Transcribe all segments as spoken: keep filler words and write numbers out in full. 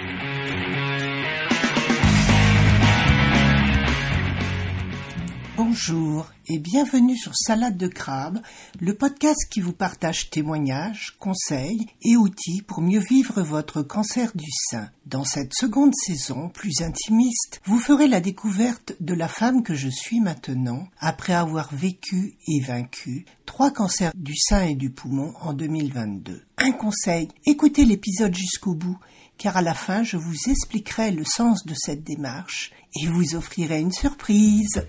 Bonjour et bienvenue sur Salade de crabe, le podcast qui vous partage témoignages, conseils et outils pour mieux vivre votre cancer du sein. Dans cette seconde saison, plus intimiste, vous ferez la découverte de la femme que je suis maintenant, après avoir vécu et vaincu trois cancers du sein et du poumon en deux mille vingt-deux. Un conseil, écoutez l'épisode jusqu'au bout, car à la fin je vous expliquerai le sens de cette démarche et vous offrirai une surprise.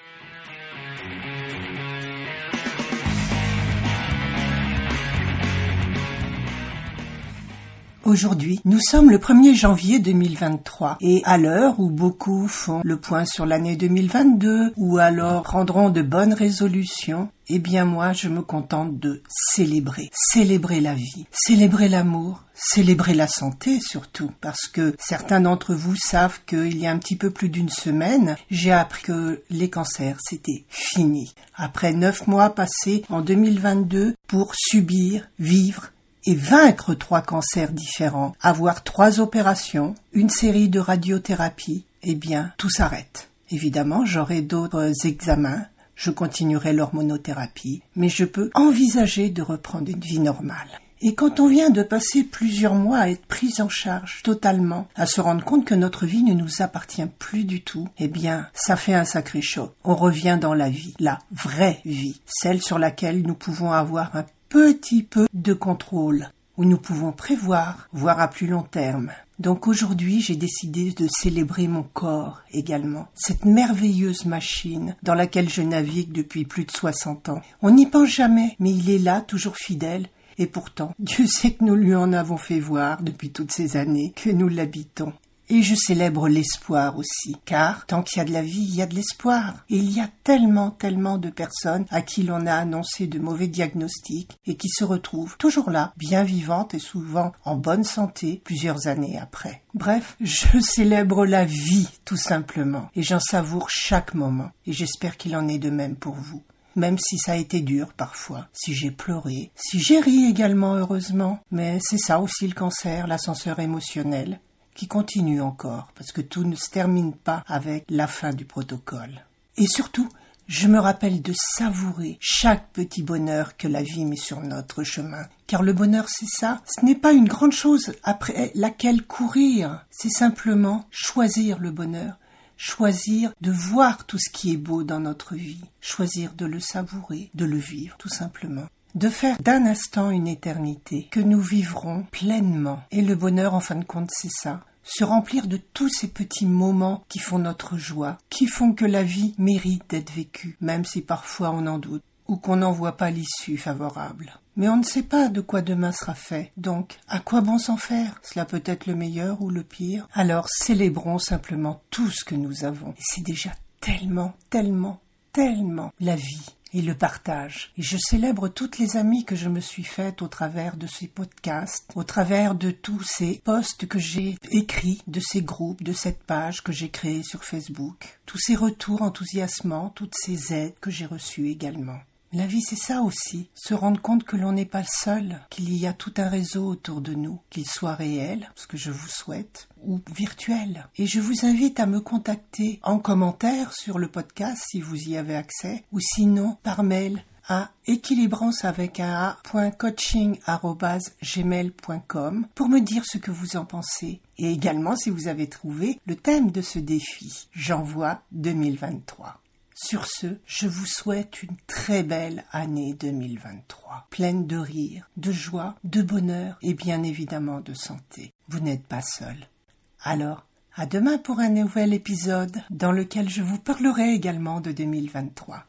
Aujourd'hui, nous sommes le premier janvier deux mille vingt-trois et à l'heure où beaucoup font le point sur l'année deux mille vingt-deux ou alors prendront de bonnes résolutions, eh bien moi je me contente de célébrer, célébrer la vie, célébrer l'amour, célébrer la santé surtout, parce que certains d'entre vous savent qu'il y a un petit peu plus d'une semaine, j'ai appris que les cancers c'était fini. Après neuf mois passés en deux mille vingt-deux pour subir, vivre, et vaincre trois cancers différents, avoir trois opérations, une série de radiothérapies, eh bien, tout s'arrête. Évidemment, j'aurai d'autres examens, je continuerai l'hormonothérapie, mais je peux envisager de reprendre une vie normale. Et quand on vient de passer plusieurs mois à être pris en charge totalement, à se rendre compte que notre vie ne nous appartient plus du tout, eh bien, ça fait un sacré choc. On revient dans la vie, la vraie vie, celle sur laquelle nous pouvons avoir un petit peu de contrôle, où nous pouvons prévoir, voire à plus long terme. Donc aujourd'hui, j'ai décidé de célébrer mon corps également, cette merveilleuse machine dans laquelle je navigue depuis plus de soixante ans. On n'y pense jamais, mais il est là, toujours fidèle, et pourtant, Dieu sait que nous lui en avons fait voir depuis toutes ces années que nous l'habitons. Et je célèbre l'espoir aussi, car tant qu'il y a de la vie, il y a de l'espoir. Et il y a tellement, tellement de personnes à qui l'on a annoncé de mauvais diagnostics et qui se retrouvent toujours là, bien vivantes et souvent en bonne santé, plusieurs années après. Bref, je célèbre la vie, tout simplement, et j'en savoure chaque moment. Et j'espère qu'il en est de même pour vous. Même si ça a été dur parfois, si j'ai pleuré, si j'ai ri également heureusement. Mais c'est ça aussi le cancer, l'ascenseur émotionnel, qui continue encore, parce que tout ne se termine pas avec la fin du protocole. Et surtout, je me rappelle de savourer chaque petit bonheur que la vie met sur notre chemin. Car le bonheur, c'est ça, ce n'est pas une grande chose après laquelle courir, c'est simplement choisir le bonheur, choisir de voir tout ce qui est beau dans notre vie, choisir de le savourer, de le vivre, tout simplement. De faire d'un instant une éternité que nous vivrons pleinement. Et le bonheur, en fin de compte, c'est ça. Se remplir de tous ces petits moments qui font notre joie, qui font que la vie mérite d'être vécue, même si parfois on en doute, ou qu'on n'en voit pas l'issue favorable. Mais on ne sait pas de quoi demain sera fait, donc à quoi bon s'en faire? Cela peut être le meilleur ou le pire. Alors célébrons simplement tout ce que nous avons. Et c'est déjà tellement, tellement, tellement la vie. Et le partage. Et je célèbre toutes les amies que je me suis faites au travers de ces podcasts, au travers de tous ces posts que j'ai écrits, de ces groupes, de cette page que j'ai créée sur Facebook, tous ces retours enthousiasmants, toutes ces aides que j'ai reçues également. La vie, c'est ça aussi, se rendre compte que l'on n'est pas seul, qu'il y a tout un réseau autour de nous, qu'il soit réel, ce que je vous souhaite, ou virtuel. Et je vous invite à me contacter en commentaire sur le podcast si vous y avez accès, ou sinon par mail à équilibrance avec un a point coaching arobase gmail point com pour me dire ce que vous en pensez. Et également si vous avez trouvé le thème de ce défi, J'envoie deux mille vingt-trois. Sur ce, je vous souhaite une très belle année deux mille vingt-trois, pleine de rire, de joie, de bonheur et bien évidemment de santé. Vous n'êtes pas seul. Alors, à demain pour un nouvel épisode dans lequel je vous parlerai également de deux mille vingt-trois.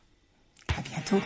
À bientôt.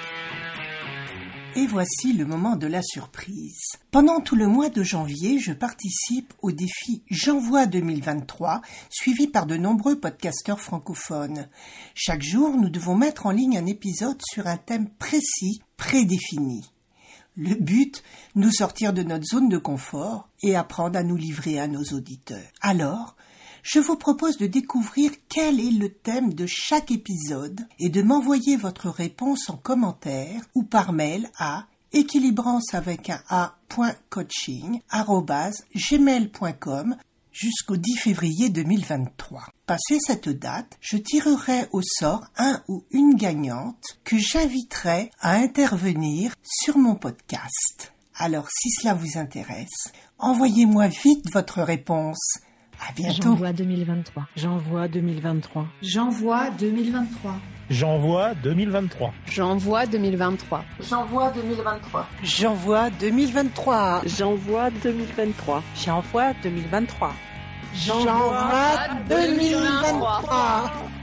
Et voici le moment de la surprise. Pendant tout le mois de janvier, je participe au défi J'envoie deux mille vingt-trois, suivi par de nombreux podcasteurs francophones. Chaque jour, nous devons mettre en ligne un épisode sur un thème précis, prédéfini. Le but, nous sortir de notre zone de confort et apprendre à nous livrer à nos auditeurs. Alors, je vous propose de découvrir quel est le thème de chaque épisode et de m'envoyer votre réponse en commentaire ou par mail à équilibrance avec un a point coaching arobase gmail point com jusqu'au dix février deux mille vingt-trois. Passé cette date, je tirerai au sort un ou une gagnante que j'inviterai à intervenir sur mon podcast. Alors si cela vous intéresse, envoyez-moi vite votre réponse. À bientôt. J'envoie deux mille vingt-trois. J'envoie deux mille vingt-trois. J'envoie deux mille vingt-trois. J'envoie deux mille vingt-trois. J'envoie deux mille vingt-trois. J'envoie deux mille vingt-trois. J'envoie deux mille vingt-trois. J'envoie deux mille vingt-trois. J'envoie deux mille vingt-trois. J'envoie deux mille vingt-trois.